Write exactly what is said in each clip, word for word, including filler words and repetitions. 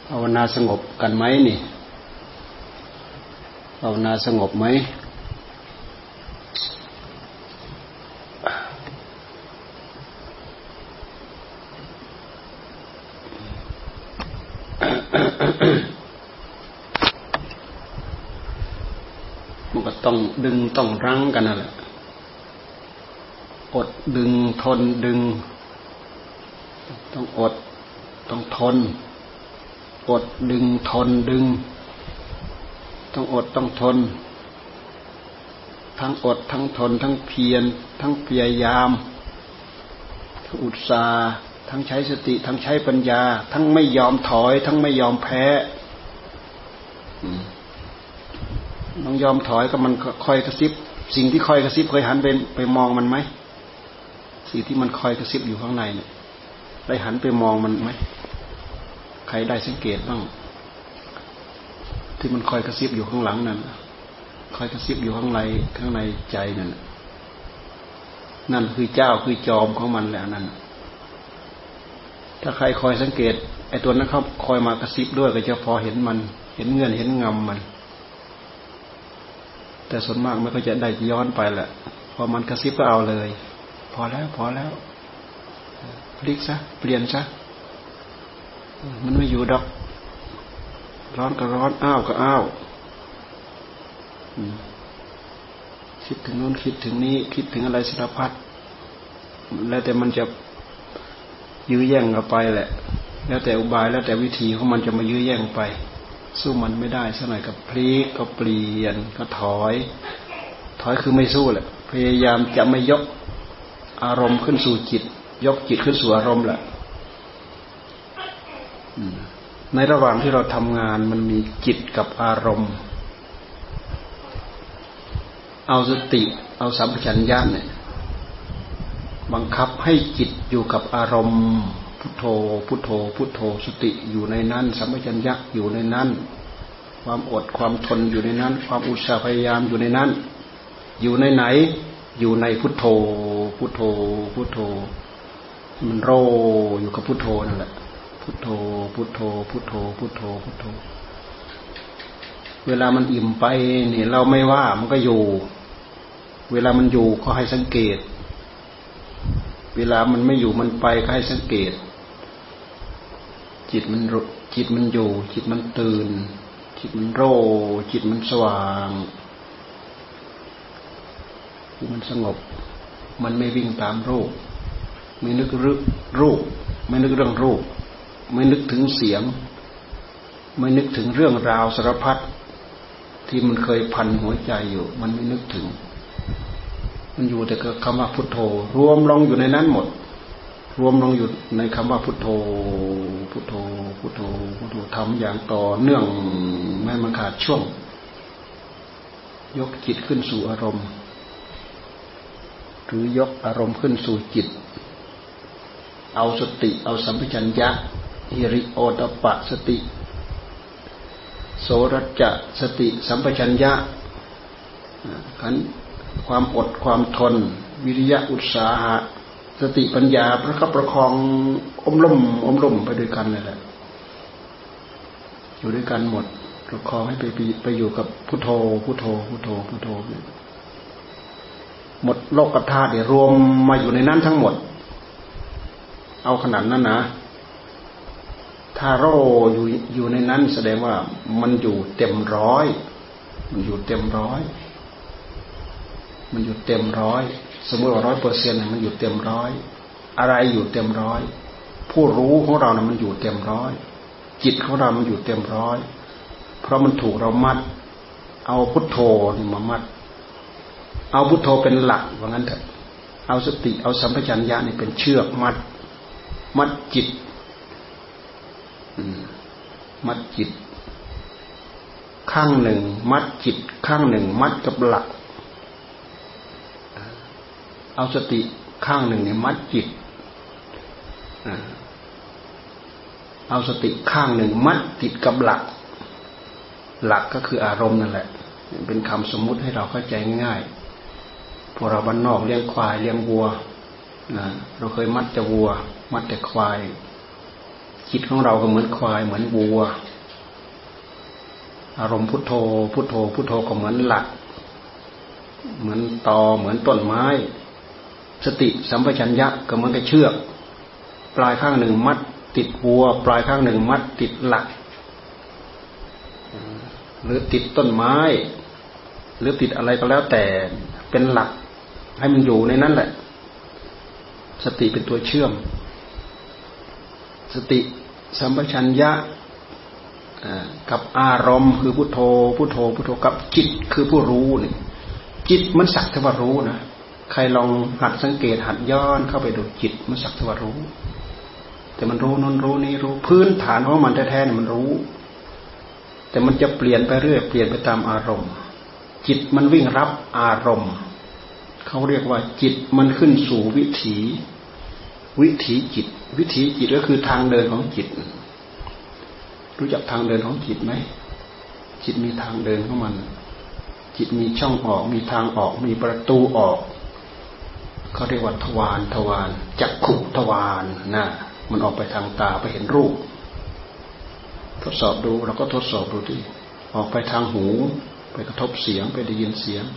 ภาวนาสงบกันไหมนี่ภาวนาสงบไหมมันก็ต้องดึงต้องรั้งกันนั่นแหละอดดึงทนดึงต้องอดต้องทนอดดึงทนดึงต้องอดต้องทนทั้งอดทั้งทนทั้งเพียรทั้งพยายามทั้งอุตสาห์ทั้งใช้สติทั้งใช้ปัญญาทั้งไม่ยอมถอยทั้งไม่ยอมแพ้ต้องยอมถอยก็มันคอยกระซิบสิ่งที่คอยกระซิบเคยหันไปไปมองมันไหมสิ่งที่มันคอยกระซิบอยู่ข้างในเนี่ยได้หันไปมองมันไหมใครได้สังเกตบ้างที่มันคอยกระซิบอยู่ข้างหลังนั่นคอยกระซิบอยู่ข้างในข้างในใจนั่นนั่นคือเจ้าคือจอมของมันแหละนั่นถ้าใครคอยสังเกตไอ้ตัวนั้นเขาคอยมากระซิบด้วยก็จะพอเห็นมันเห็นเงื่อนเห็นงำมันแต่ส่วนมากมันก็จะได้ย้อนไปแหละพอมันกระซิบก็เอาเลยพอแล้วพอแล้วพลิกซะเปลี่ยนซะมันไม่อยู่ดอกร้อนก็ร้อนอ้าวก็อ้าวคิดถึงโน้นคิดถึงนี้คิดถึงอะไรสารพัดแล้วแต่มันจะยื้อแย่งกันไปแหละแล้วแต่อุบายแล้วแต่วิธีของมันจะมายื้อแย่งไปสู้มันไม่ได้สักหน่อยก็พลิกก็เปลี่ยนก็ถอยถอยคือไม่สู้แหละพยายามจะไม่ยกอารมณ์ขึ้นสู่จิตยกจิตขึ้นสู่อารมณ์แหละในระหว่างที่เราทำงานมันมีจิตกับอารมณ์เอาสติเอาสัมปชัญญะเนี่ยบังคับให้จิตอยู่กับอารมณ์พุทโธพุทโธพุทโธสติอยู่ในนั้นสัมปชัญญะอยู่ในนั้นความอดความทนอยู่ในนั้นความอุตสาห์พยายามอยู่ในนั้นอยู่ในไหนอยู่ในพุทโธพุทโธพุทโธมันโรอยู่กับพุทโธนั่นแหละพุทโธพุทโธพุทโธพุทโธพุทโธเวลามันอิ่มไปเนี่ยเราไม่ว่ามันก็อยู่เวลามันอยู่ก็ให้สังเกตเวลามันไม่อยู่มันไปก็ให้สังเกตจิตมันจิตมันอยู่จิตมันตื่นจิตมันโรจิตมันสว่างมันสงบมันไม่วิ่งตามรูปไม่นึกรึรูปไม่นึกเรื่องรูปไม่นึกถึงเสียงไม่นึกถึงเรื่องราวสารพัดที่มันเคยพันหัวใจอยู่มันไม่นึกถึงมันอยู่แต่กับคำว่าพุทโธรวมลงอยู่ในนั้นหมดรวมลงอยู่ในคำว่าพุทโธพุทโธพุทโธพุทโธทำอย่างต่อเนื่องไม่มันขาดช่วงยกจิตขึ้นสู่อารมณ์หรือยกอารมณ์ขึ้นสู่จิตเอาสติเอาสัมปชัญญะหิริโอตปะสติโสรัจจะสติสัมปชัญญะขันความอดความทนวิริยะอุตสาหะสติปัญญาประคับประคองอมล่มอมล่มไปด้วยกันเลยแหละอยู่ด้วยกันหมดประคองให้ไปไปอยู่กับพุทโธพุทโธพุทโธพุทโธหมดโลกธาตุเนี่ยรวมมาอยู่ในนั้นทั้งหมดเอาขนาดนั้นนะถ้าโรอยู่อยู่ในนั้นแสดงว่ามันอยู่เต็มร้อยมันอยู่เต็มร้อยมันอยู่เต็มร้อยสมมติว่าร้อยเปอร์เซ็นต์มันอยู่เต็มร้อยอะไรอยู่เต็มร้อยผู้รู้ของเรานะมันอยู่เต็มร้อยจิตของเรามันอยู่เต็มร้อยเพราะมันถูกเรามัดเอาพุทโธนี่มามัดเอาพุทโธเป็นหลักว่างั้นเถอะเอาสติเอาสัมปชัญญะนี่เป็นเชือกมัดมัดจิตมัดจิตข้างหนึ่งมัดจิตข้างหนึ่งมัดกับหลักเอาสติข้างหนึ่งเนี่ยมัดจิตเอาสติข้างหนึ่งมัดติดกับหลักหลักก็คืออารมณ์นั่นแหละเป็นคำสมมุติให้เราเข้าใจง่ายๆพวกเราบ้านนอกเลี้ยงควายเลี้ยงวัวนะเราเคยมัดแต่วัวมัดแต่ควายจิตของเราก็เหมือนควายเหมือนวัวอารมณ์พุทโธพุทโธพุทโธก็เหมือนหลักเหมือนตอเหมือนต้นไม้สติสัมปชัญญะก็เหมือนกับเชือกปลายข้างหนึ่งมัดติดวัวปลายข้างหนึ่งมัดติดหลักหรือติดต้นไม้หรือติดอะไรก็แล้วแต่เป็นหลักให้มันอยู่ในนั้นแหละสติเป็นตัวเชื่อมสติสัมปชัญญะกับอารมณ์คือพุทโธพุทโธพุทโธกับจิตคือผู้รู้นี่จิตมันสักแต่ว่ารู้นะใครลองหัดสังเกตหัดย้อนเข้าไปดูจิตมันสักแต่ว่ารู้แต่มันรู้นั้นรู้นี้รู้พื้นฐานของมันแท้ๆเนี่ยมันรู้แต่มันจะเปลี่ยนไปเรื่อยเปลี่ยนไปตามอารมณ์จิตมันวิ่งรับอารมณ์เขาเรียกว่าจิตมันขึ้นสู่วิถีวิถีจิตวิถีจิตก็คือทางเดินของจิตรู้จักทางเดินของจิตไหมจิตมีทางเดินของมันจิตมีช่องออกมีทางออกมีประตูออกเขาเรียกว่าทวารทวารจักขุทวารนะมันออกไปทางตาไปเห็นรูปทดสอบดูเราก็ทดสอบดูดิออกไปทางหูไปกระทบเสียงไปได้ยินเสียง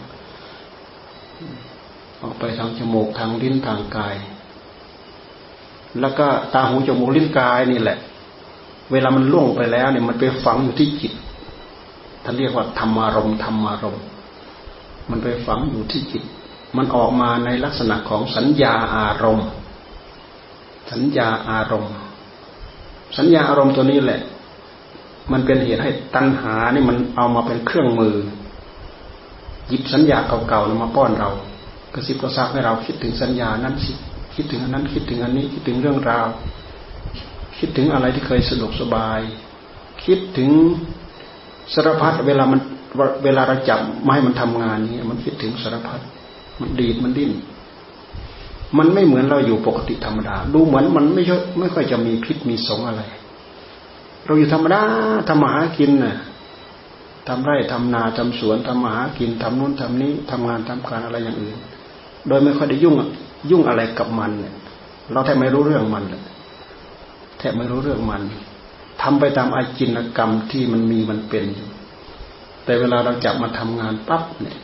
ออกไปทางจมูกทางลิ้นทางกายแล้วก็ตาหูจมูกลิ้นกายนี่แหละเวลามันล่วงไปแล้วเนี่ยมันไปฝังอยู่ที่จิตท่านเรียกว่าธรรมารมณ์ธรรมารมณ์มันไปฝังอยู่ที่จิตมันออกมาในลักษณะของสัญญาอารมณ์สัญญาอารมณ์สัญญาอารมณ์ตัวนี้แหละมันเป็นเหตุให้ตัณหานี่มันเอามาเป็นเครื่องมือหยิบสัญญาเก่าๆมาป้อนเรากระซิบกระซาบให้เราคิดถึงสัญญานั้นสิคิดถึงอันนั้นคิดถึงอันนี้คิดถึงเรื่องราวคิดถึงอะไรที่เคยสะดวกสบายคิดถึงสารพัดเวลามันเวลาเราจับมาให้มันทำงานนี้มันคิดถึงสารพัดมันดีดมันดิ้นมันไม่เหมือนเราอยู่ปกติธรรมดาดูเหมือนมันไม่ค่อยไม่ค่อยจะมีพิษมีสงอะไรเราอยู่ธรรมดาทำมาหากินน่ะทำไร่ทำนาทำสวนทำมาหากินทำนู่นทำนี้ทำงานทำการอะไรอย่างอื่นโดยไม่ค่อยได้ยุ่งยุ่งอะไรกับมันเนี่ยเราแทบไม่รู้เรื่องมันเลยแทบไม่รู้เรื่องมันทำไปตามอาจินกรรมที่มันมีมันเป็นอยู่แต่เวลาเราจับมาทำงานปั๊บเนี่ย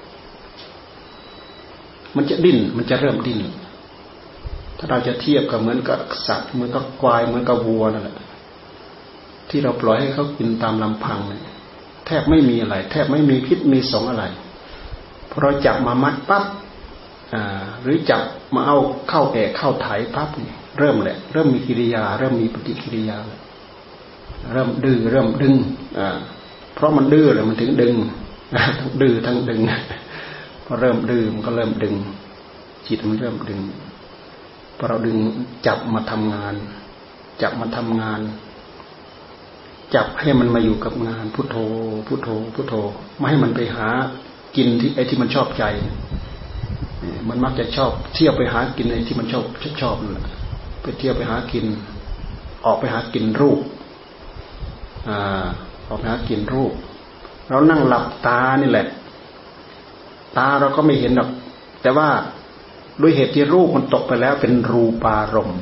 มันจะดิ้นมันจะเริ่มดิ้นถ้าเราจะเทียบกับเหมือนกับสัตว์เหมือนกับควายเหมือนกับวัวนั่นแหละที่เราปล่อยให้เขากินตามลำพังเนี่ยแทบไม่มีอะไรแทบไม่มีพิษมีสงอะไรพอเราจับมามัดปั๊บอ่าหรือจับมาเอาเข้าแอกเข้าไถปั๊บนี่เริ่มแหละเริ่มมีกิริยาเริ่มมีปฏิกิริยาเริ่มดื้อเริ่มดึงอ่าเพราะมันดื้อเลยมันถึงดึงทั้งดื้อทั้งดึงพอเริ่มดื้อมันก็เริ่มดึงจิตมันเริ่มดึงพอเราดึงจับมาทำงานจับมาทำงานจับให้มันมาอยู่กับงานพุทโธพุทโธพุทโธไม่ให้มันไปหากินที่ไอ้ที่มันชอบใจมันมักจะชอบเที่ยวไปหากินไอ้ที่มันชอบชอบนั่นแหละไปเที่ยวไปหากินออกไปหากินรูปอ่าออกไปหากินรูปเรานั่งหลับตานี่แหละตาเราก็ไม่เห็นหรอกแต่ว่าด้วยเหตุที่รูปมันตกไปแล้วเป็นรูปารมณ์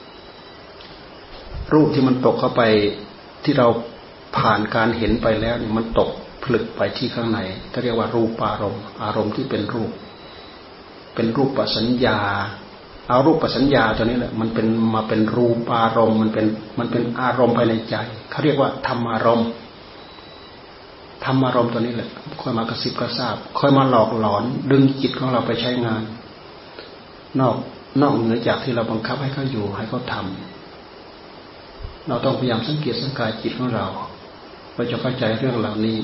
รูปที่มันตกเข้าไปที่เราผ่านการเห็นไปแล้วนี่มันตกผลึกไปที่ข้างในก็เรียกว่ารูปารมณ์อารมณ์ที่เป็นรูปเป็นรูปปัสัญญาเอารูปปัสัญญาตัวนี้แหละมันเป็นมาเป็นรูปารมณ์มันเป็นมันเป็นอารมณ์ภายในใจเขาเรียกว่าธรรมารมณ์ธรรมารมณ์ตัวนี้แหละค่อยมากระซิบกระซาบค่อยมาหลอกหลอนดึงจิตของเราไปใช้งานนอกนอกเหนือจากที่เราบังคับให้เขาอยู่ให้เขาทำเราต้องพยายามสังเกตสังกายจิตของเราเราจะเข้าใจเรื่องเหล่านี้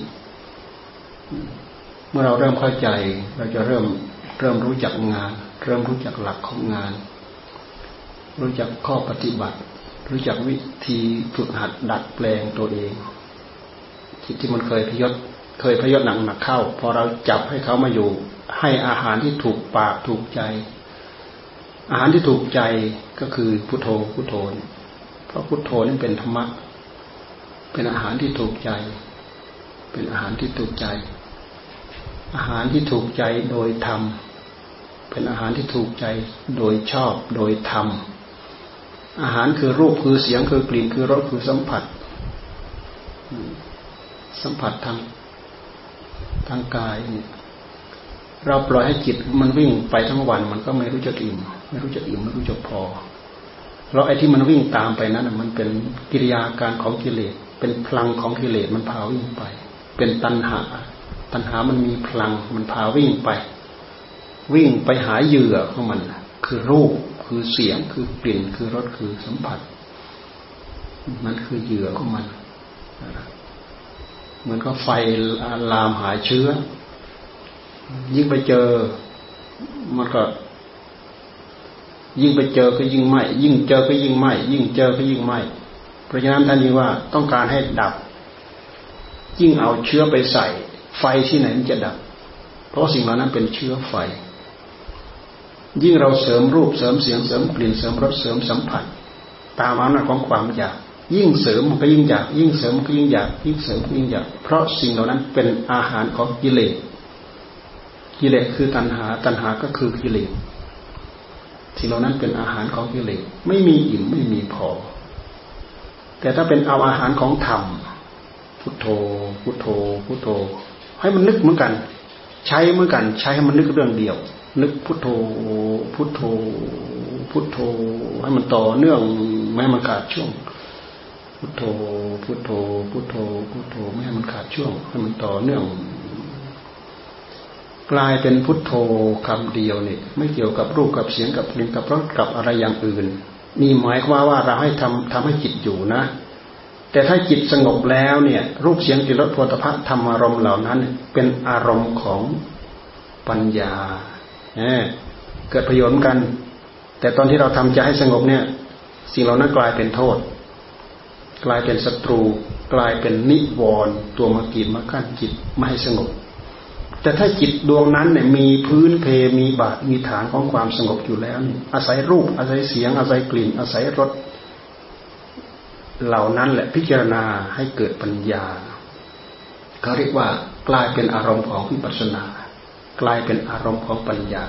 เมื่อเราเริ่มเข้าใจเราจะเริ่มเริ่มรู้จักงานเริ่มรู้จักหลักของงานรู้จักข้อปฏิบัติรู้จักวิธีฝึกหัดดัดแปลงตัวเองจิตที่มันเคยพยศเคยพยศหนักหนักเข้าพอเราจับให้เขามาอยู่ให้อาหารที่ถูกปากถูกใจอาหารที่ถูกใจก็คือพุทโธพุทโธเพราะพุทโธนี่เป็นธรรมะเป็นอาหารที่ถูกใจเป็นอาหารที่ถูกใจอาหารที่ถูกใจโดยธรรมเป็นอาหารที่ถูกใจโดยชอบโดยธรรมอาหารคือรูปคือเสียงคือกลิ่นคือรสคือสัมผัสสัมผัสทางทางกายเนี่ยเราปล่อยให้จิตมันวิ่งไปทั้งวันมันก็ไม่รู้จักอิ่มไม่รู้จักอิ่มไม่รู้จักพอแล้วไอ้ที่มันวิ่งตามไปนั้นมันเป็นกิริยาการของกิเลสเป็นพลังของกิเลสมันพาวิ่งไปเป็นตัณหาตัณหามันมีพลังมันพาวิ่งไปวิ่งไปหาเหยื่อของมันคือรูปคือเสียงคือกลิ่นคือรสคือสัมผัสนั่นคือเหยื่อของมันเหมือนกับไฟลามหาเชื้อยิ่งไปเจอมันก็ยิ่งไปเจอก็ยิ่งไหม้ยิ่งเจอก็ยิ่งไหม้ยิ่งเจอก็ยิ่งไหม้เพราะฉะนั้นท่านนี้ว่าต้องการให้ดับยิ่งเอาเชื้อไปใส่ไฟที่ไหนมันจะดับเพราะสิ่งเหล่านั้นเป็นเชื้อไฟยิ่งเราเสริมรูปเสริมเสียงเสริมกลิ่นเสริมรสเสริมสัมผัสตามอำนาจของความอยากยิ่งเสริมมันก็ยิ่งอยากยิ่งเสริมมันก็ยิ่งอยากยิ่งเสริมก็ยิ่งอยากเพราะสิ่งเหล่านั้นเป็นอาหารของกิเลสกิเลสคือตัณหาตัณหาก็คือกิเลสสิ่งเหล่านั้นเป็นอาหารของกิเลสไม่มีอิ่มไม่มีพอแต่ถ้าเป็นเอาอาหารของธรรมพุทโธพุทโธพุทโธให้มันนึกเหมือนกันใช้เหมือนกันใช้ให้มันนึกเรื่องเดียวนึกพุทโธพุทโธพุทโธให้มันต่อเนื่องไม่ให้มันขาดช่วงพุทโธพุทโธพุทโธพุทโธไม่ให้มันขาดช่วงให้มันต่อเนื่องกลายเป็นพุทโธคำเดียวเนี่ยไม่เกี่ยวกับรูปกับเสียงกับกลิ่นกับรสกับอะไรอย่างอื่นนี่หมายความว่าเราให้ทำทำให้จิตอยู่นะแต่ถ้าจิตสงบแล้วเนี่ยรูปเสียงกลิ่นรสโผฏฐัพพะธรรมอารมณ์เหล่านั้นเป็นอารมณ์ของปัญญาเกิดประโยชน์กันแต่ตอนที่เราทำใจให้สงบเนี่ยสิ่งเหล่านั้นกลายเป็นโทษกลายเป็นศัตรูกลายเป็นนิวรณ์ตัวมากีดมากั้นจิตไม่ให้สงบแต่ถ้าจิตดวงนั้นเนี่ยมีพื้นเพมีบาทมีฐานของความสงบอยู่แล้วนี่อาศัยรูปอาศัยเสียงอาศัยกลิ่นอาศัยรสเหล่านั้นแหละพิจารณาให้เกิดปัญญาเขาเรียกว่ากลายเป็นอารมณ์ของวิปัสสนากลายเป็นอารมณ์ของปัญญา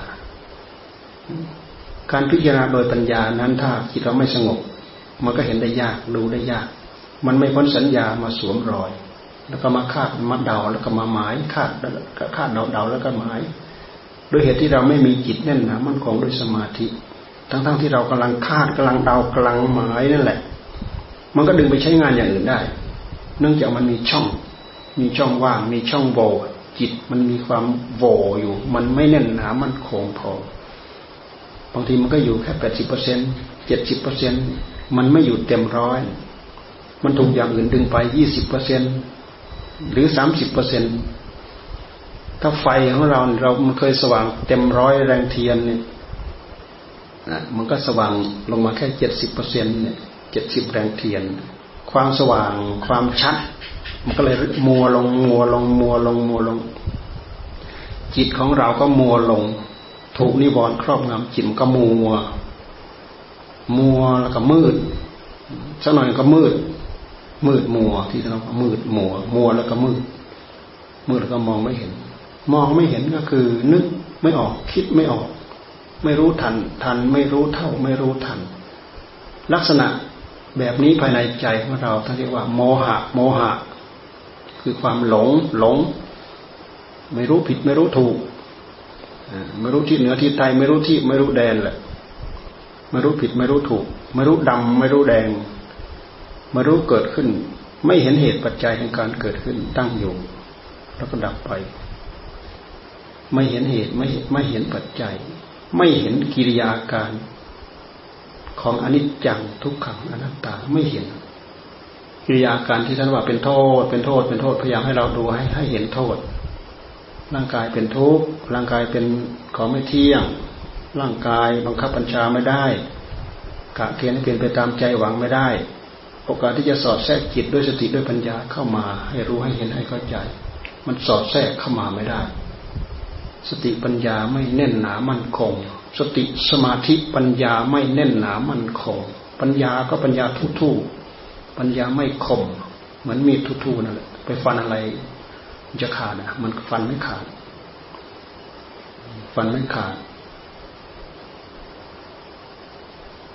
การพิจารณาโดยปัญญานั้นถ้าจิตเราไม่สงบมันก็เห็นได้ยากดูได้ยากมันไม่พ้นสัญญามาสวมรอยแล้วก็มาคาดมาเดาแล้วก็มาหมายคาดคาดเดาเดาแล้วก็หมายโดยเหตุที่เราไม่มีจิตแน่นหนามั่นคงด้วยสมาธิทั้งๆที่เรากำลังคาดกำลังเดากำลังหมายนั่นแหละมันก็ดึงไปใช้งานอย่างอื่นได้เนื่องจากมันมีช่องมีช่องว่างมีช่องโหว่จิตมันมีความโหว่อยู่มันไม่แน่นหนามั่นคงพอบางทีมันก็อยู่แค่แปดสิบเปอร์เซ็นต์เจ็ดสิบเปอร์เซ็นต์มันไม่อยู่เต็มร้อยมันถูกอย่างอื่นดึงไปยี่สิบเปอร์เซ็นต์หรือสามสิบเปอร์เซ็นต์ถ้าไฟของเราเรามันเคยสว่างเต็มร้อยแรงเทียนเนี่ยนะมันก็สว่างลงมาแค่เจ็ดสิบเปอร์เซ็นต์เนี่ยเจ็ดสิบแรงเทียนความสว่างความชัดมันก็เลยมัวลงมัวลงมัวลงมัวลงจิตของเราก็มัวลงถูกนิวรณ์ครอบงำจิตก็มัวมัวแล้วก็มืดสักหน่อยก็มืดมืดมัวที่เรามืดมัวมัวแล้วก็มืดมืดแล้วก็มองไม่เห็นมองไม่เห็นก็คือนึกไม่ออกคิดไม่ออกไม่รู้ทันทันไม่รู้เท่าไม่รู้ทันลักษณะแบบนี้ภายในใจของเราท่านเรียกว่าโมหะโมหะคือความหลงหลงไม่รู้ผิดไม่รู้ถูกไม่รู้ที่เหนือที่ใต้ไม่รู้ที่ไม่รู้แดนแหละไม่รู้ผิดไม่รู้ถูกไม่รู้ดำไม่รู้แดงไม่รู้เกิดขึ้นไม่เห็นเหตุปัจจัยแห่งการเกิดขึ้นตั้งอยู่แล้วก็ดับไปไม่เห็นเหตุไม่ไม่เห็นปัจจัยไม่เห็นกิริยาการของอนิจจังทุกขังอนัตตาไม่เห็นกิริยาการที่ท่านว่าเป็นโทษเป็นโทษเป็นโทษพยายามให้เราดูให้ให้เห็นโทษร่างกายเป็นทุกข์ร่างกายเป็นของไม่เที่ยงร่างกายบังคับบัญชาไม่ได้กะเกณฑ์ให้เป็นไปตามใจหวังไม่ได้โอกาสที่จะสอดแทรกจิตด้วยสติด้วยปัญญาเข้ามาให้รู้ให้เห็นให้เข้าใจมันสอดแทรกเข้ามาไม่ได้สติปัญญาไม่แน่นหนามั่นคงสติสมาธิปัญญาไม่แน่นหนามั่นคงปัญญาก็ปัญญาทุ่ๆปัญญาไม่คมเหมือนมีดทุ่ๆนั่นแหละไปฟันอะไรมันจะขาดนะมันฟันไม่ขาดฟันไม่ขาด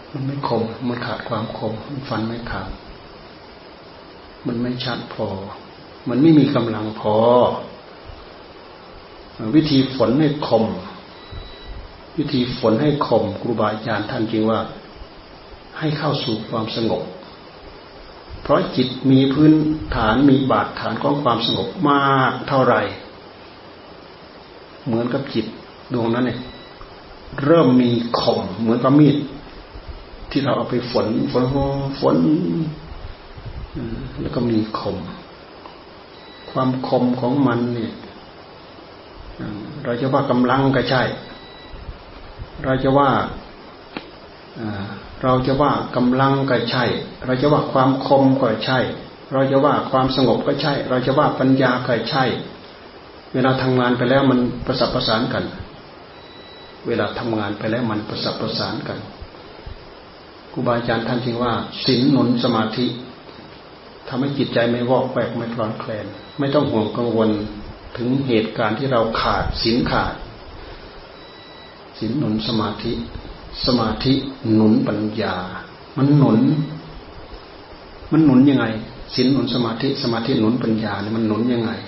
มันไม่คมมันขาดความคมมันฟันไม่ขาดมันไม่ชัดพอมันไม่มีกำลังพอวิธีฝนให้คมวิธีฝนให้คมครูบาอาจารย์ท่านจริงว่าให้เข้าสู่ความสงบเพราะจิตมีพื้นฐานมีบาดฐานของความสงบมากเท่าไหร่เหมือนกับจิตดวงนั้นเนี่ยเริ่มมีคมเหมือนกับมีดที่เราเอาไปฝนฝนฝนแล้วก็มีคมความคมของมันเนี่ยเราจะว่ากำลังก็ใช่เราจะว่าเราจะว่ากำลังก็ใช่เราจะว่าความคมก็ใช่เราจะว่าความสงบก็ใช่เราจะว่าปัญญาก็ใช่เวลาทำงานไปแล้วมันประสานประสานกันเวลาทำงานไปแล้วมันประสานประสานกันครูบาอาจารย์ท่านจึงว่าศีลหนุนสมาธิทำให้จิตใจไม่วอกแวกไม่คลอนแคลนไม่ต้องห่วงกังวลถึงเหตุการณ์ที่เราขาดศีลขาดศีลหนุนสมาธิสมาธิหนุนปัญญามันหนุนมันหนุนยังไงศีลหนุนสมาธิสมาธิหนุนปัญญาเนี่ยมันหนุนยังไง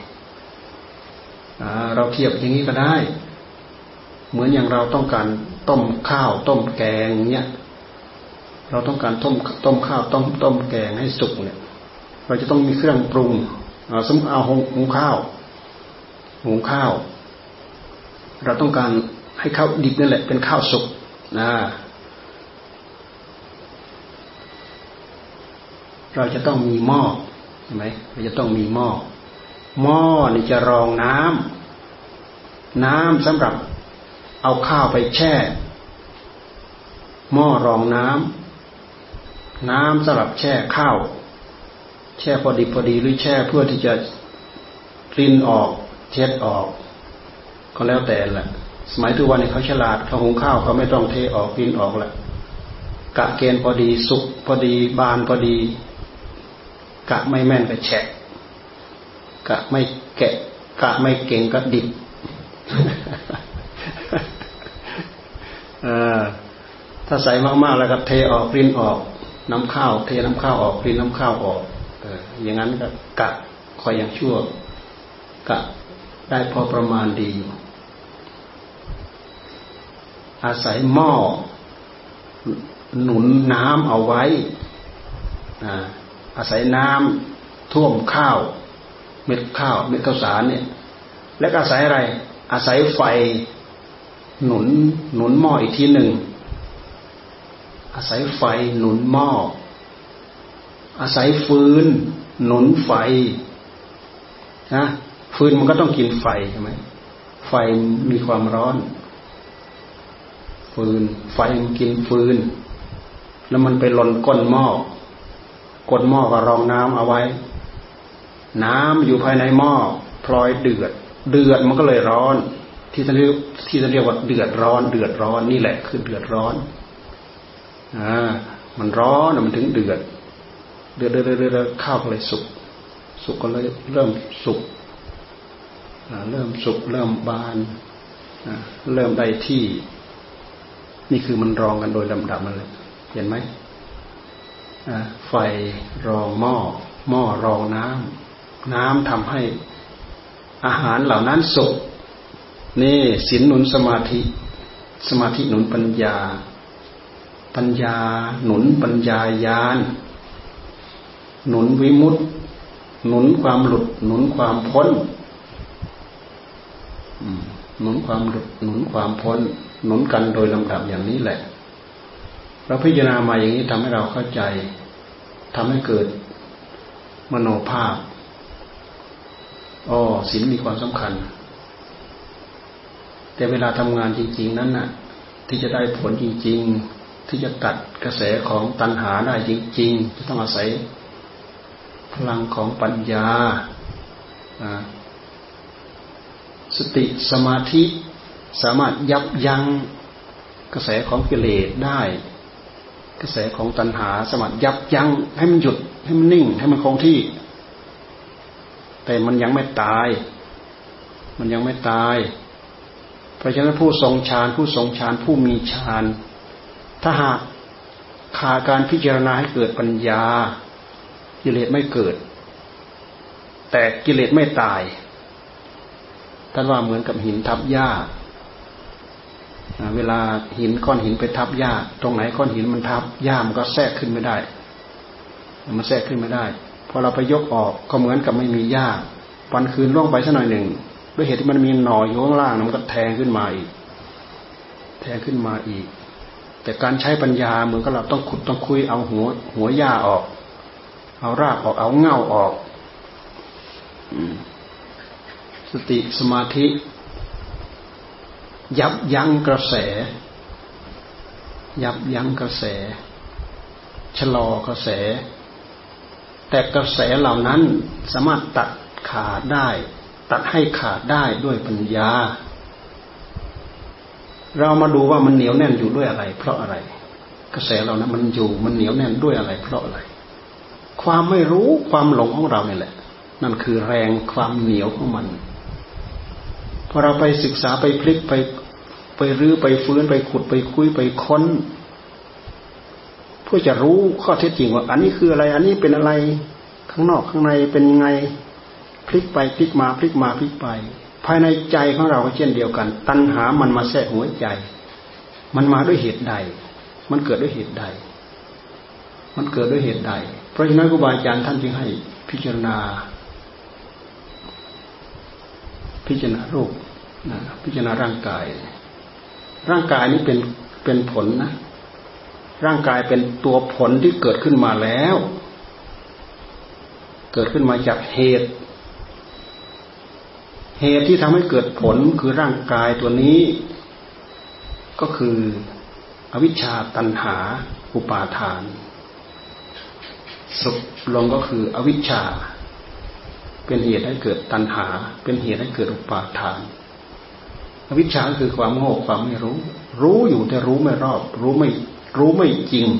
เราเทียบอย่างนี้ก็ได้เหมือนอย่างเราต้องการต้มข้าวต้มแกงเนี้ยเราต้องการต้มต้มข้าวต้มต้มแกงให้สุกเนี่ยเราจะต้องมีเครื่องปรุงสมมติเอาหุงข้าวหุงข้าวเราต้องการให้ข้าวดิบนั่นแหละเป็นข้าวสุกนะเราจะต้องมีหม้อใช่ไหมเราจะต้องมีหม้อหม้อนี่จะรองน้ำน้ำสำหรับเอาข้าวไปแช่หม้อรองน้ำน้ำสำหรับแช่ข้าวแช่พอดีพอดีหรือแช่เพื่อที่จะรินออกเช็ดออกก็แล้วแต่แหละสมัยทุกวันนี้เขาฉลาดเขาหุงข้าวเขาไม่ต้องเทออกรินออกแหละกะเกณฑ์พอดีสุกพอดีบานพอดีกะไม่แม่นก็แฉะกะไม่แกะกะไม่เก่งก็ดิบถ้าใส่มากๆแล้วก็เทออกรินออกน้ำข้าวเทน้ำข้าวออกรินน้ำข้าวออกเอออย่างนั้นก็กะคอยอย่างชั่วกะได้พอประมาณดีอยู่อาศัยหม้อหนุนน้ำเอาไว้อาศัยน้ำท่วมข้าวเม็ดข้าวเม็ดข้าวสารเนี่ยแล้วก็อาศัยอะไรอาศัยไฟหนุนหนุนหม้ออีกทีหนึ่งอาศัยไฟหนุนหม้ออาศัยฟืนหนุนไฟนะฟืนมันก็ต้องกินไฟใช่ไหมไฟมีความร้อนฟืนไฟมันกินฟืนแล้วมันไปหล่นก้นหม้อก้นหม้อก็รองน้ำเอาไว้น้ำอยู่ภายในหม้อพลอยเดือดเดือดมันก็เลยร้อนที่ท่านเรียกที่ท่านเรียกว่าเดือดร้อนเดือดร้อนนี่แหละคือเดือดร้อนอ่ามันร้อนมันถึงเดือดเดือดเดือดเดือดข้าวก็เลยสุกสุกก็เลยเริ่มสุกเริ่มสุกเริ่มบานเริ่มได้ที่นี่คือมันรองกันโดยลำดับมันเลยเห็นไหมไฟรองหม้อหม้อรองน้ำน้ำทำให้อาหารเหล่านั้นสุกนี่ศีลหนุนสมาธิสมาธิหนุนปัญญาปัญญาหนุนปัญญาญาณหนุนวิมุตติหนุนความหลุดหนุนความพ้นหนุนความหลุดหนุนความพ้นหนุนกันโดยลำดับอย่างนี้แหละเราพิจารณามาอย่างนี้ทำให้เราเข้าใจทำให้เกิดมโนภาพอ๋อศีลมีความสำคัญแต่เวลาทำงานจริงๆนั้นน่ะที่จะได้ผลจริงๆที่จะตัดกระแสของตัณหาได้จริงๆจะต้องอาศัยพลังของปัญญาสติสมาธิสามารถยับยั้งกระแสของกิเลสได้กระแสของตัณหาสามารถยับยั้งให้มันหยุดให้มันนิ่งให้มันคงที่แต่มันยังไม่ตายมันยังไม่ตายเพราะฉะนั้นผู้ทรงฌานผู้ทรงฌานผู้มีฌานถ้าหากขาดการพิจารณาให้เกิดปัญญากิเลสไม่เกิดแต่กิเลสไม่ตายท่านว่าเหมือนกับหินทับหญ้าเวลาหินก้อนหินไปทับหญ้าตรงไหนก้อนหินมันทับหญ้ามันก็แทรกขึ้นไม่ได้มันแทรกขึ้นไม่ได้พอเราไปยกออกก็เหมือนกับไม่มีหญ้าวันคืนล่วงไปสักหน่อยหนึ่งด้วยเหตุที่มันมีหน่ออยู่ข้างล่างมันก็แทงขึ้นมาอีกแทงขึ้นมาอีกแต่การใช้ปัญญาเหมือนกับเราต้องขุดต้องคุยเอาหัวหัวหญ้าออกเอารากออกเอาเง่าออกสติสมาธิยับยั้งกระแสยับยั้งกระแสชะลอกระแสแต่กระแสเหล่านั้นสามารถตัดขาดได้ตัดให้ขาดได้ด้วยปัญญาเรามาดูว่ามันเหนียวแน่นอยู่ด้วยอะไรเพราะอะไรกระแสเหล่านั้นมันอยู่มันเหนียวแน่นด้วยอะไรเพราะอะไรความไม่รู้ความหลงของเราเนี่ยแหละนั่นคือแรงความเหนียวของมันพอเราไปศึกษาไปพลิกไปไปรื้อไปฟื้นไปขุดไปคุยไปค้นเพื่อจะรู้ข้อเท็จจริงว่าอันนี้คืออะไรอันนี้เป็นอะไรข้างนอกข้างในเป็นยังไงพลิกไปพลิกมาพลิกมาพลิกไปภายในใจของเราก็เช่นเดียวกันตัณหามันมาแทรกหัวใจมันมาด้วยเหตุใดมันเกิดด้วยเหตุใดมันเกิดด้วยเหตุใดเพราะฉะนั้นครูบาอาจารย์ท่านจึงให้พิจารณาพิจารณารูปนะพิจารณาร่างกายร่างกายนี้เป็นเป็นผลนะร่างกายเป็นตัวผลที่เกิดขึ้นมาแล้วเกิดขึ้นมาจากเหตุเหตุที่ทำให้เกิดผลคือร่างกายตัวนี้ก็คืออวิชชาตัณหาอุปาทานสรุปลงก็คืออวิชชาเป็นเหตุให้เกิดตัณหาเป็นเหตุให้เกิดอุปาทานอวิชชาคือความโง่ความไม่รู้รู้อยู่แต่รู้ไม่รอบรู้ไม่รู้ไม่จริง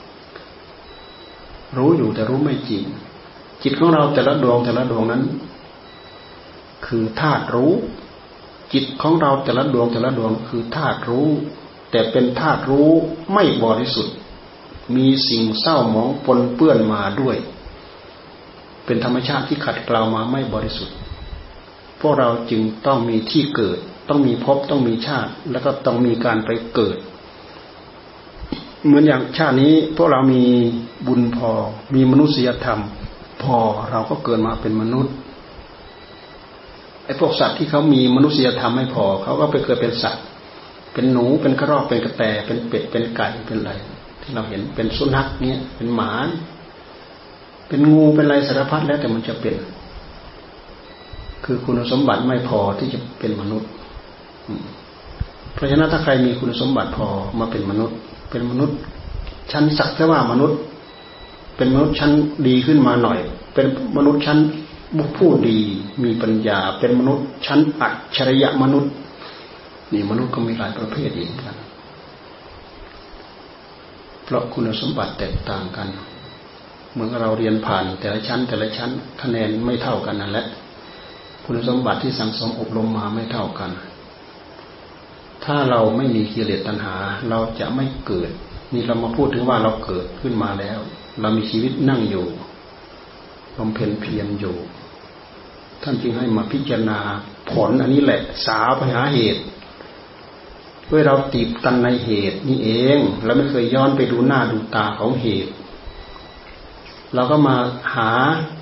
รู้อยู่แต่รู้ไม่จริงจิตของเราแต่ละดวงแต่ละดวงนั้นคือธาตุรู้จิตของเราแต่ละดวงแต่ละดวงคือธาตุรู้แต่เป็นธาตุรู้ไม่บริสุทธิ์มีสิ่งเศร้าหมองปนเปื้อนมาด้วยเป็นธรรมชาติที่ขัดเกลามาไม่บริสุทธิ์พวกเราจึงต้องมีที่เกิดต้องมีภพต้องมีชาติแล้วก็ต้องมีการไปเกิดเหมือนอย่างชาตินี้พวกเรามีบุญพอมีมนุษยธรรมพอเราก็เกิดมาเป็นมนุษย์ไอ้พวกสัตว์ที่เขามีมนุษยธรรมไม่พอเขาก็ไปเกิดเป็นสัตว์เป็นหนูเป็นกระรอกเป็นกระแตเป็นเป็ดเป็นไก่เป็นอะไรที่เราเห็นเป็นสุนัขเนี้ยเป็นหมาเป็นงูเป็นอะไรสารพัดแล้วแต่มันจะเป็นคือคุณสมบัติไม่พอที่จะเป็นมนุษย์เพราะฉะนั้นถ้าใครมีคุณสมบัติพอมาเป็นมนุษย์เป็นมนุษย์ชั้นสักแต่ว่ามนุษย์เป็นมนุษย์ชั้นดีขึ้นมาหน่อยเป็นมนุษย์ชั้นผู้ดีมีปัญญาเป็นมนุษย์ชั้นอัจฉริยะมนุษย์นี่มนุษย์ก็มีหลายประเภทอีกกันเพราะคุณสมบัติแตกต่างกันเหมือนเราเรียนผ่านแต่ละชั้นแต่ละชั้นคะแนนไม่เท่ากันนั่นแหละคุณสมบัติที่สั่งสมอบรมมาไม่เท่ากันถ้าเราไม่มีกิเลสตัณหาเราจะไม่เกิดนี่เรามาพูดถึงว่าเราเกิดขึ้นมาแล้วเรามีชีวิตนั่งอยู่บำเพ็ญเพียรอยู่ท่านจึงให้มาพิจารณาผลอันนี้แหละสาวไปหาเหตุเพื่อเราติดตันในเหตุนี่เองแล้วไม่เคยย้อนไปดูหน้าดูตาของเหตุเราก็มาหา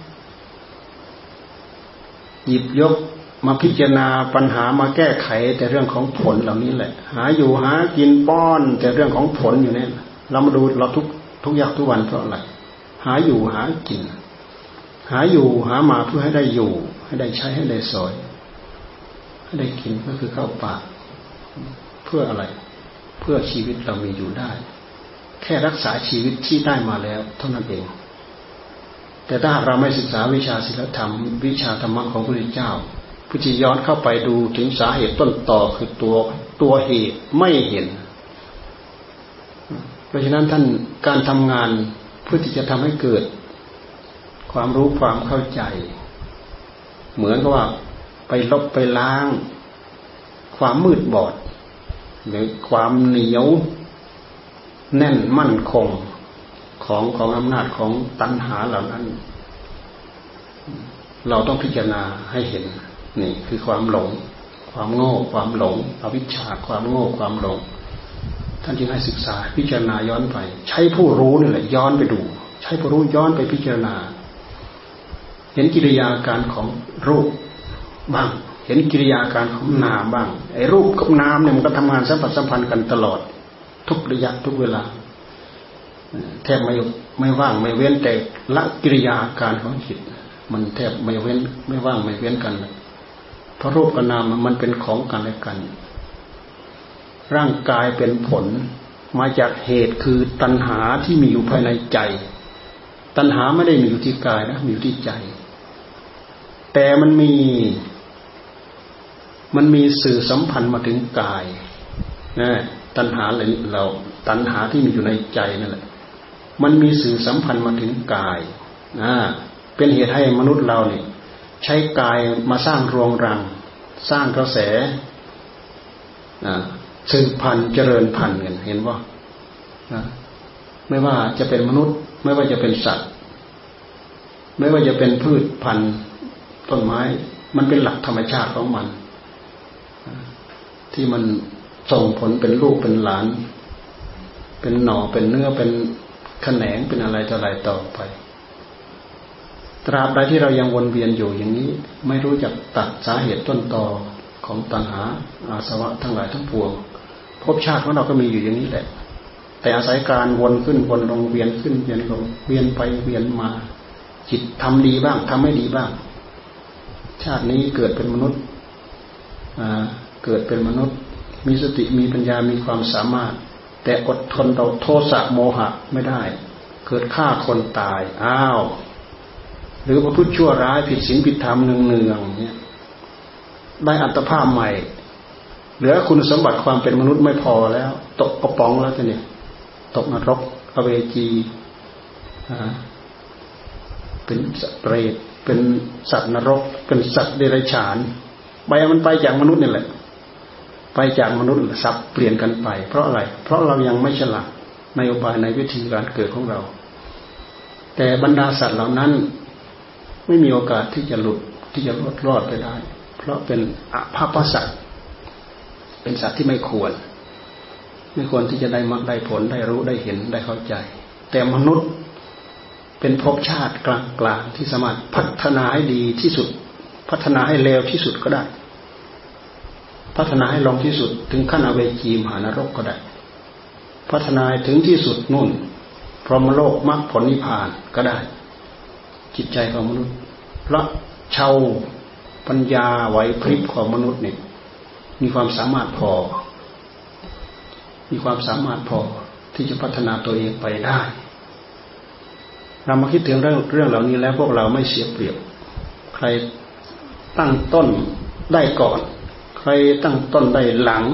หยิบยกมาพิจารณาปัญหามาแก้ไขแต่เรื่องของผลเหล่านี้แหละหาอยู่หากินป้อนแต่เรื่องของผลอยู่เนี่ยเรามาดูเราทุกทุกอย่างทุกวันเพราะอะไรหาอยู่หากินหาอยู่หามาเพื่อให้ได้อยู่ให้ได้ใช้ให้ได้สอยให้ได้กินก็คือเข้าปากเพื่ออะไรเพื่อชีวิตเรามีอยู่ได้แค่รักษาชีวิตที่ได้มาแล้วเท่านั้นเองแต่ถ้าเราไม่ศึกษาวิชาศีลธรรมวิชาธรรมะของพระพุทธเจ้าผู้ที่ย้อนเข้าไปดูถึงสาเหตุต้นตอคือตัวตัวเหตุไม่เห็นเพราะฉะนั้นท่านการทำงานเพื่อที่จะทำให้เกิดความรู้ความเข้าใจเหมือนกับว่าไปลบไปล้างความมืดบอดหรือความเหนียวแน่นมั่นคงของของอำนาจของตัณหาเหล่านั้นเราต้องพิจารณาให้เห็นนี่คือความหลงความโง่ความหลงอวิชชาความโง่ความหลงท่านจึงให้ศึกษาพิจารณาย้อนไปใช้ผู้รู้นี่แหละย้อนไปดูใช้ผู้รู้ย้อนไปพิจารณาเห็นกิริยาการของรูปบ้างเห็นกิริยาการของนามบ้างไอ้รูปกับนามเนี่ยมันก็ทำงานสัมผัสสัมพันธ์กันตลอดทุกระยะทุกเวลาแทบไม่ไม่ว่างไม่เว้นแต่ละกิริยาการของจิตมันแทบไม่เว้นไม่ว่างไม่เว้นกันเลยเพราะรูปกับนามมันเป็นของกันและกันร่างกายเป็นผลมาจากเหตุคือตัณหาที่มีอยู่ภายในใจตัณหาไม่ได้มีอยู่ที่กายนะมีอยู่ที่ใจแต่มันมีมันมีสื่อสัมพันธ์มาถึงกายนะตัณหาเราตัณหาที่มีอยู่ในใจนั่นแหละมันมีสื่อสัมพันธ์มาถึงกายนะเป็นเหตุให้มนุษย์เราเนี่ยใช้กายมาสร้างรวงรังสร้างกระแสสืบพันธุ์เจริญพันธุ์กันเห็นว่านะไม่ว่าจะเป็นมนุษย์ไม่ว่าจะเป็นสัตว์ไม่ว่าจะเป็นพืชพันธุ์ต้นไม้มันเป็นหลักธรรมชาติของมันที่มันส่งผลเป็นลูกเป็นหลานเป็นหน่อเป็นเนื้อเป็นแขนงเป็นอะไรต่ออะไรต่อไปตราบใดที่เรายังวนเวียนอยู่อย่างนี้ไม่รู้จักตัดสาเหตุต้นตอของตัณหาอาสวะทั้งหลายทั้งปวงภพชาติของเราก็มีอยู่อย่างนี้แหละแต่อาศัยการวนขึ้นวนลงเวียนขึ้นเวียนลงเวียนไปเวียนมาจิตทำดีบ้างทำไม่ดีบ้างชาตินี้เกิดเป็นมนุษย์เกิดเป็นมนุษย์มีสติมีปัญญามีความสามารถแต่อดทนต่อโทสะโมหะไม่ได้เกิดฆ่าคนตายอ้าวหรือประพฤติชั่วร้ายผิดศีลผิดธรรมเนืองๆเนี่ยได้อัตภาพใหม่เหลือคุณสมบัติความเป็นมนุษย์ไม่พอแล้วตกกระป๋องแล้วเนี่ยตกนรกอเวจีเป็นสัตว์เปรตเป็นสัตว์นรกเป็นสัตว์เดรัจฉานไปมันไปจากมนุษย์นี่แหละไปจากมนุษย์สับเปลี่ยนกันไปเพราะอะไรเพราะเรายังไม่ฉลาดในอุบายในวิธีการเกิดของเราแต่บรรดาสัตว์เหล่านั้นไม่มีโอกาสที่จะหลุดที่จะรอดรอดไปได้เพราะเป็นอภาพสัตว์เป็นสัตว์ที่ไม่ควรไม่ควรที่จะได้มรรคได้ผลได้รู้ได้เห็นได้เข้าใจแต่มนุษย์เป็นภพชาติกลางๆที่สามารถพัฒนาให้ดีที่สุดพัฒนาให้เลวที่สุดก็ได้พัฒนาให้ลงที่สุดถึงขั้นอเวจีมหานรกก็ได้พัฒนาถึงที่สุดนู่นพรหมโลกมรรคผลนิพพานก็ได้จิตใจของมนุษย์เพราะเชาปัญญาไหวพริบของมนุษย์เนี่ยมีความสามารถพอมีความสามารถพอที่จะพัฒนาตัวเองไปได้เรามาคิดถึงเรื่องเรื่องเหล่านี้แล้วพวกเราไม่เสียเปรียบใครตั้งต้นได้ก่อนใครตั้งต้นได้หลัง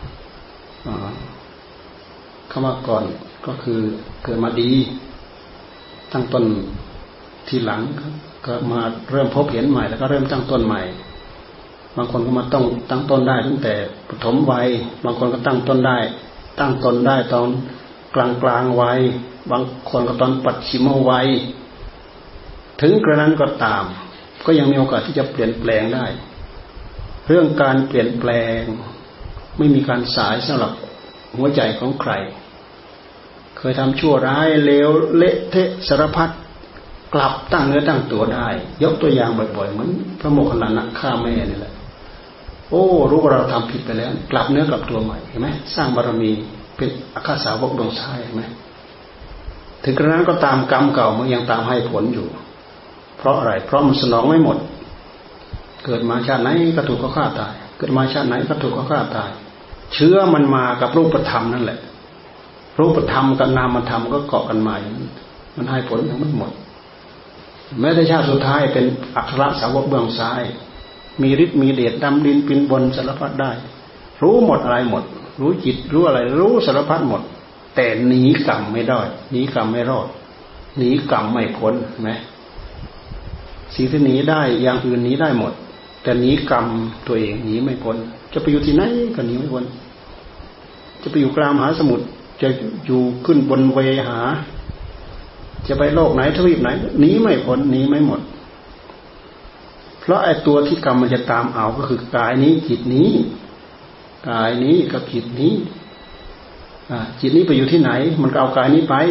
คำว่าก่อนก็คือเกิดมาดีตั้งต้นทีหลังก็มาเริ่มพบเห็นใหม่แล้วก็เริ่มตั้งต้นใหม่บางคนก็มาต้องตั้งต้นได้ตั้งแต่ปฐมวัยบางคนก็ตั้งต้นได้ตั้งต้นได้ตอนกลางกลางวัยบางคนก็ตอนปัจฉิมวัยถึงกระนั้นก็ตามก็ยังมีโอกาสที่จะเปลี่ยนแปลงได้เรื่องการเปลี่ยนแปลงไม่มีการสายสำหรับหัวใจของใครเคยทำชั่วร้ายเลวเละเทะสารพัดกลับตั้งเนื้อตั้งตัวได้ยกตัวอย่างบ่อยๆเหมือนพระโมคคัลลานะฆ่าแม่นี่แหละโอ้รู้ว่าเราทำผิดไปแล้วกลับเนื้อกลับตัวใหม่เห็นไหมสร้างบารมีเป็นอัครสาวกดวงชายเห็นไหมถึงกระนั้นก็ตามกรรมเก่ามันยังตามให้ผลอยู่เพราะอะไรเพราะมันสนองไม่หมดเกิดมาชาติไหนก็ถูกเขาฆ่าตายเกิดมาชาติไหนก็ถูกเขาฆ่าตายเชื้อมันมากับรูปธรรมนั่นแหละรูปธรรมกับนามธรรมก็เกาะกันมามันให้ผลยังไม่หมดแม้แต่ชาติสุดท้ายเป็นอัครสาวกเบื้องซ้ายมีฤทธิ์มีเดชดำดินปินบนสารพัดได้รู้หมดอะไรหมดรู้จิตรู้อะไรรู้สารพัดหมดแต่หนีกรรมไม่ได้หนีกรรมไม่รอดหนีกรรมไม่พ้นไหมสิ่งที่หนีได้อย่างอื่นหนีได้หมดแต่หนีกรรมตัวเองหนีไม่พ้นจะไปอยู่ที่ไหนก็หนีไม่พ้นจะไปอยู่กลางมหาสมุทรจะอยู่ขึ้นบนเวหาจะไปโลกไหนทวีปไหนหนีไม่พ้นหนีไม่หมดเพราะไอ้ตัวที่กรรมมันจะตามเอาก็คือกายนี้จิตนี้กายนี้กับจิตนี้จิตนี้ไปอยู่ที่ไหนมันก็เอากายนี้ไป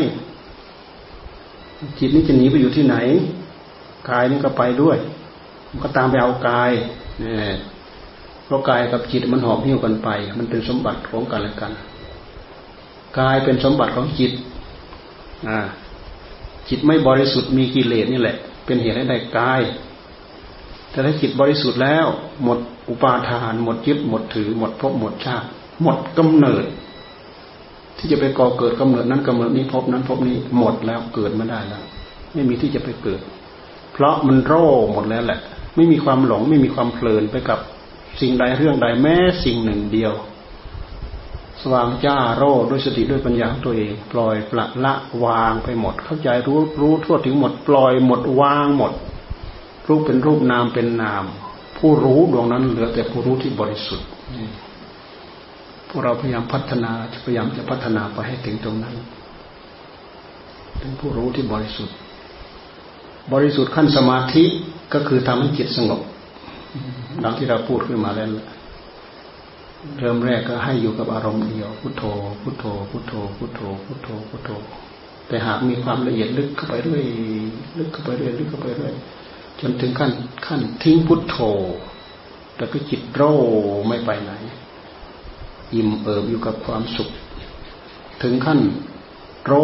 จิตนี้จะหนีไปอยู่ที่ไหนกายนี้ก็ไปด้วยมันก็ตามไปเอากายเนี่ยเพราะกายกับจิตมันหอบหิ้วกันไปมันเป็นสมบัติของกันและกันกายเป็นสมบัติของจิตอ่าจิตไม่บริสุทธิ์มีกิเลสนี่แหละเป็นเหตุให้ได้กายแต่ถ้าจิตบริสุทธิ์แล้วหมดอุปาทานหมดยึดหมดถือหมดภพหมดชาติหมดกำเนิดที่จะไปก่อเกิดกำเนิดนั้นกำเนิดนี้ภพนั้นภพนี้หมดแล้วเกิดไม่ได้แล้วไม่มีที่จะไปเกิดเพราะมันโร่หมดแล้วแหละไม่มีความหลงไม่มีความเพลินไปกับสิ่งใดเรื่องใดแม้สิ่งหนึ่งเดียวสว่างจ้าโร่ด้วยสติด้วยปัญญาของตัวเองปล่อยปละละวางไปหมดเข้าใจรู้รู้ทั่วถึงหมดปล่อยหมดวางหมดรูปเป็นรูปนามเป็นนามผู้รู้ดวงนั้นเหลือแต่ผู้รู้ที่บริสุทธิ์พวกเราพยายามพัฒนาพยายามจะพัฒนาไปให้ถึงตรงนั้นเป็นผู้รู้ที่บริสุทธิ์บริสุทธิ์ขั้นสมาธิก็คือทำให้จิตสงบดังที่เราพูดขึ้นมาแล้วเริ่มแรกก็ให้อยู่กับอารมณ์เดียวพุทโธพุทโธพุทโธพุทโธพุทโธพุทโธแต่หากมีความละเอียดลึกเข้าไปเรื่อยลึกเข้าไปเรื่อยลึกเข้าไปเรื่อยจนถึงขั้นขั้นทิ้งพุทโธแต่ก็จิตโร่ไม่ไปไหนอิ่มเอิบอยู่กับความสุขถึงขั้นโร่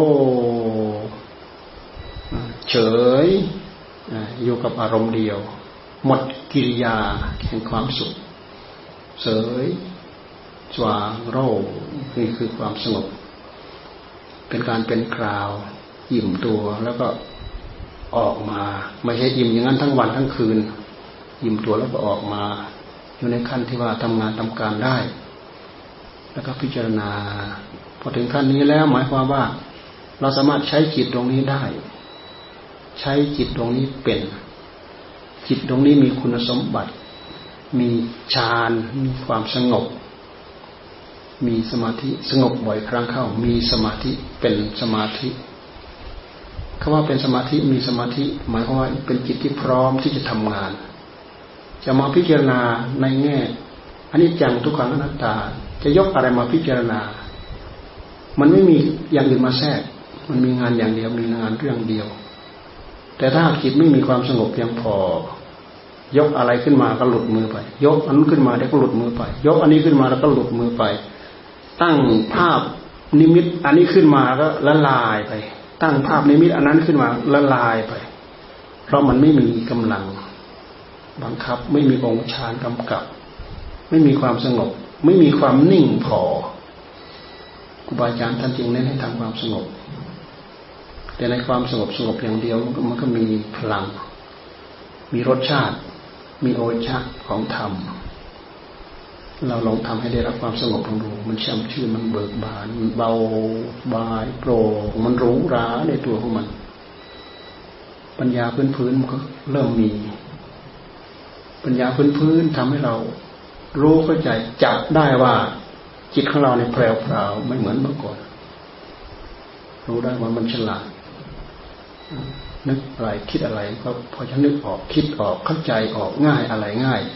เฉยอยู่กับอารมณ์เดียวหมดกิริยาแห่งความสุขเฉยสว่างโร่นี่คือความสงบเป็นการเป็นคราวอิ่มตัวแล้วก็ออกมาไม่ใช่อิ่มอย่างนั้นทั้งวันทั้งคืนอิ่มตัวแล้วก็ออกมาอยู่ในขั้นที่ว่าทำงานทำการได้แล้วก็พิจารณาพอถึงขั้นนี้แล้วหมายความว่าเราสามารถใช้จิตตรงนี้ได้ใช้จิตตรงนี้เป็นจิตตรงนี้มีคุณสมบัติมีฌานมีความสงบมีสมาธิสงบบ่อยครั้งเข้ามีสมาธิเป็นสมาธิคำว่าเป็นสมาธิมีสมาธิหมายความว่าเป็นจิตที่พร้อมที่จะทำงานจะมาพิจารณาในแง่อนิจจังทุกขังอนัตตาจะยกอะไรมาพิจารณามันไม่มีอย่างอื่นมาแทรกมันมีงานอย่างเดียวมีงานเรื่องเดียวแต่ถ้าจิตไม่มีความสงบเพียงพอยกอะไรขึ้นมาก็หลุดมือไปยกอันนั้นขึ้นมาแล้วก็หลุดมือไปยกอันนี้ขึ้นมาแล้วก็หลุดมือไปตั้งภาพนิมิตอันนี้ขึ้นมาก็ละลายไปตั้งภาพนิมิตอันนั้นขึ้นมาละลายไปเพราะมันไม่มีกำลังบังคับไม่มีองค์ฌานกำกับไม่มีความสงบไม่มีความนิ่งพอครูบาอาจารย์ท่านจึงเน้นให้ทำความสงบแต่ในความสงบสงบอย่างเดียวมันก็มีพลังมีรสชาติมีโอชาของธรรมเราลองทำให้ได้รับความสงบลองดูมันช่ำชื่นมันเบิกบานมันเบาบายโปร่งมันหรูหราในตัวของมันปัญญาพื้นๆมันก็เริ่มมีปัญญาพื้นๆทำให้เรารู้เข้าใจจับได้ว่าจิตของเราเนี่ยแปรๆไม่เหมือนเมื่อก่อนรู้ได้ว่ามันฉลาดนึกอะไรคิดอะไรก็พอจะนึกออกคิดออกเข้าใจออกง่ายอะไรง่าย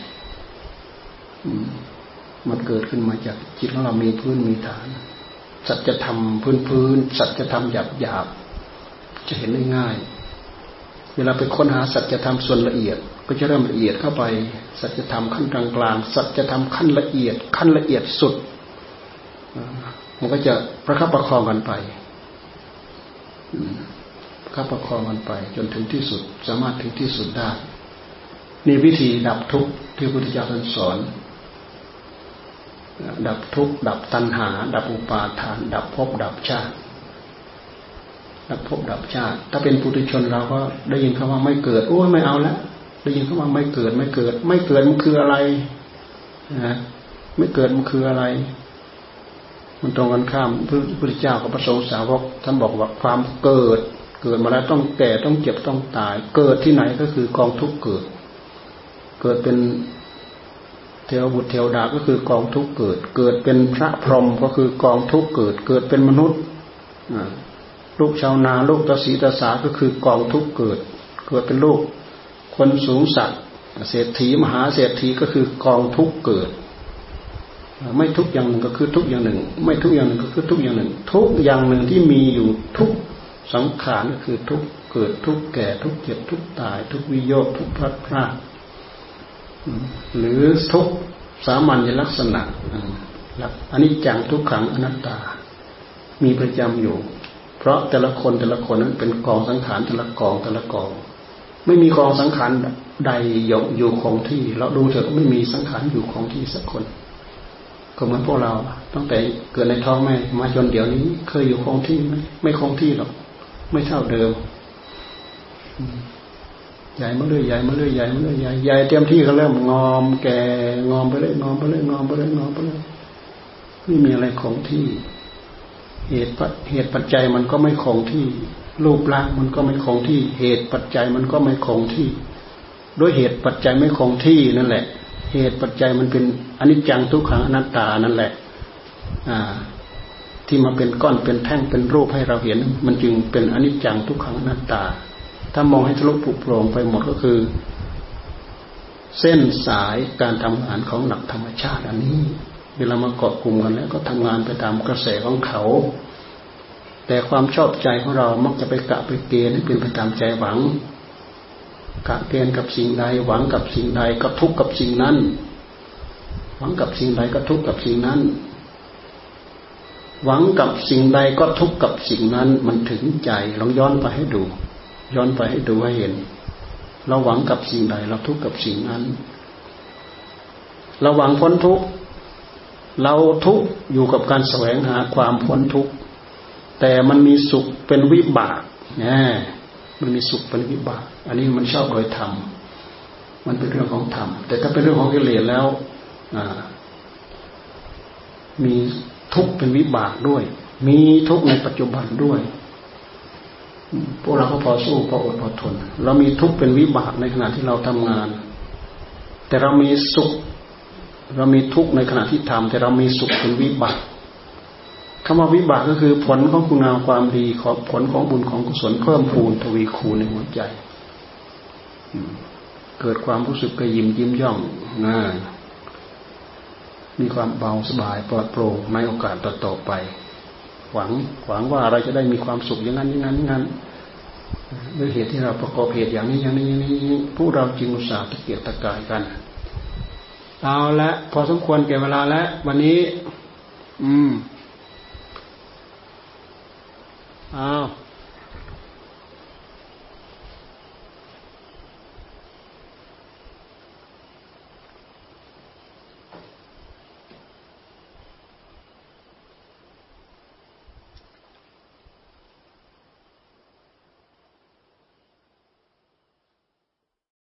มันเกิดขึ้นมาจากจิตของเรามีพื้นมีฐานสัจธรรมพื้นพื้นสัจธรรมหยาบหยาบจะเห็นได้ง่ายเวลาไปค้นหาสัจธรรมส่วนละเอียดก็จะเริ่มละเอียดเข้าไปสัจธรรมขั้นกลางกลางสัจธรรมขั้นละเอียดขั้นละเอียดสุดมันก็จะประคับประคองกันไปประคับประคองกันไปจนถึงที่สุดสามารถถึงที่สุดได้นี่วิธีดับทุกข์ที่พระพุทธเจ้าท่านสอนดับทุกข์ดับตัณหาดับอุปาทานดับภพดับชาติดับภพดับชาติถ้าเป็นปุถุชนเราก็ได้ยินคำว่าไม่เกิดโอ้ยไม่เอาแล้วได้ยินคำว่าไม่เกิดไม่เกิดไม่เกิดมันคืออะไรนะไม่เกิดมันคืออะไรมันตรงกันข้ามพระพุทธเจ้ากับพระสงฆ์สาวกท่านบอกว่าความเกิดเกิดมาแล้วต้องแก่ต้องเจ็บต้องตายเกิดที่ไหนก็คือกองทุกข์เกิดเกิดเป็นเทวบุตรเทวดาก็คือกองทุกข์เกิดเกิดเป็นพระพรหมก็คือกองทุกข์เกิดเกิดเป็นมนุษย์ลูกชาวนาลูกตาสีตาสาก็คือกองทุกข์เกิดเกิดเป็นลูกคนสูงสักเศรษฐีมหาเศรษฐีก็คือกองทุกข์เกิดไม่ทุกอย่างหนึ่งก็คือทุกอย่างหนึ่งไม่ทุกอย่างหนึ่งก็คือทุกอย่างหนึ่งทุกอย่างหนึ่งที่มีอยู่ทุกสังขารก็คือทุกเกิดทุกแก่ทุกเจ็บทุกตายทุกวิโยคทุกพลัดพรากหรือทุกสามัญลักษณะอนิจจังทุกขังอนัตตามีประจำอยู่เพราะแต่ละคนแต่ละคนนั้นเป็นกองสังขารแต่ละกองแต่ละกองไม่มีกองสังขารใดอยู่คงที่เราดูเถอะไม่มีสังขารอยู่คงที่สักคนก็เหมือนพวกเราตั้งแต่เกิดในท้องแม่มาจนเดี๋ยวนี้เคยอยู่คงที่ไหมไม่คงที่หรอกไม่เท่าเดิมใหญ่มาเรื่อยใหญ่มาเรื่อยใหญ่มาเรื่อยใหญ่ใหญ่เต็มที่ก็เริ่มงอมแก่งอมไปเรื่อยงอมไปเรื่อยงอมไปเรื่อยงอมไปเรื่อยไม่มีอะไรคงที่เหตุเหตุปัจจัยมันก็ไม่คงที่รูปร่างมันก็ไม่คงที่เหตุปัจจัยมันก็ไม่คงที่ด้วยเหตุปัจจัยไม่คงที่นั่นแหละเหตุปัจจัยมันเป็นอนิจจังทุกขังอนัตตานั่นแหละอ่าที่มาเป็นก้อนเป็นแท่งเป็นรูปให้เราเห็นมันจึงเป็นอนิจจังทุกขังอนัตตาถ้ามองให้ทะลุผุโปร่งไปหมดก็คือเส้นสายการทำงานของหลักธรรมชาติอันนี้เวลามาเกาะกลุ่มกันแล้วก็ทำงานไปตามกระแสของเขาแต่ความชอบใจของเรามักจะไปกะไปเกณฑ์ให้เป็นไปตามใจหวังกะเกณฑ์กับสิ่งใดหวังกับสิ่งใดก็ทุกข์กับสิ่งนั้นหวังกับสิ่งใดก็ทุกข์กับสิ่งนั้นหวังกับสิ่งใดก็ทุกข์กับสิ่งนั้นมันถึงใจลองย้อนไปให้ดูย้อนไปให้ดูให้เห็นเราหวังกับสิ่งใดเราทุกข์กับสิ่งนั้นเราหวังพ้นทุกข์เราทุกข์อยู่กับการแสวงหาความพ้นทุกข์แต่มันมีสุขเป็นวิบากแน่มันมีสุขเป็นวิบากอันนี้มันชอบโดยธรรมมันเป็นเรื่องของธรรมแต่ถ้าเป็นเรื่องของกิเลสแล้วมีทุกข์เป็นวิบากด้วยมีทุกข์ในปัจจุบันด้วยพวกเราก็พอสู้พออดพอทนเรามีทุกข์เป็นวิบากในขณะที่เราทำงานแต่เรามีสุขเรามีทุกข์ในขณะที่ทำแต่เรามีสุขเป็นวิบากคำว่าวิบากก็คือผลของคุณงามความดีของผลของบุญของกุศลเพิ่มพูนทวีคูณในหัวใจเกิดความรู้สึกกระยิมยิ้มย่องง่ายมีความเบาสบายปลอดโปร่งในโอกาสต่อๆไปหวังหวังว่าเราจะได้มีความสุขอย่างนั้นอย่างนั้นอย่างนั้นด้วยเหตุที่เราประกอบเหตุอย่างนี้อย่างนี้อย่างนี้พวกเราจึงอุตส่าห์ตะเกียกตะกายกันเอาละพอสมควรแก่เวลาแล้ววันนี้อืมอ้าว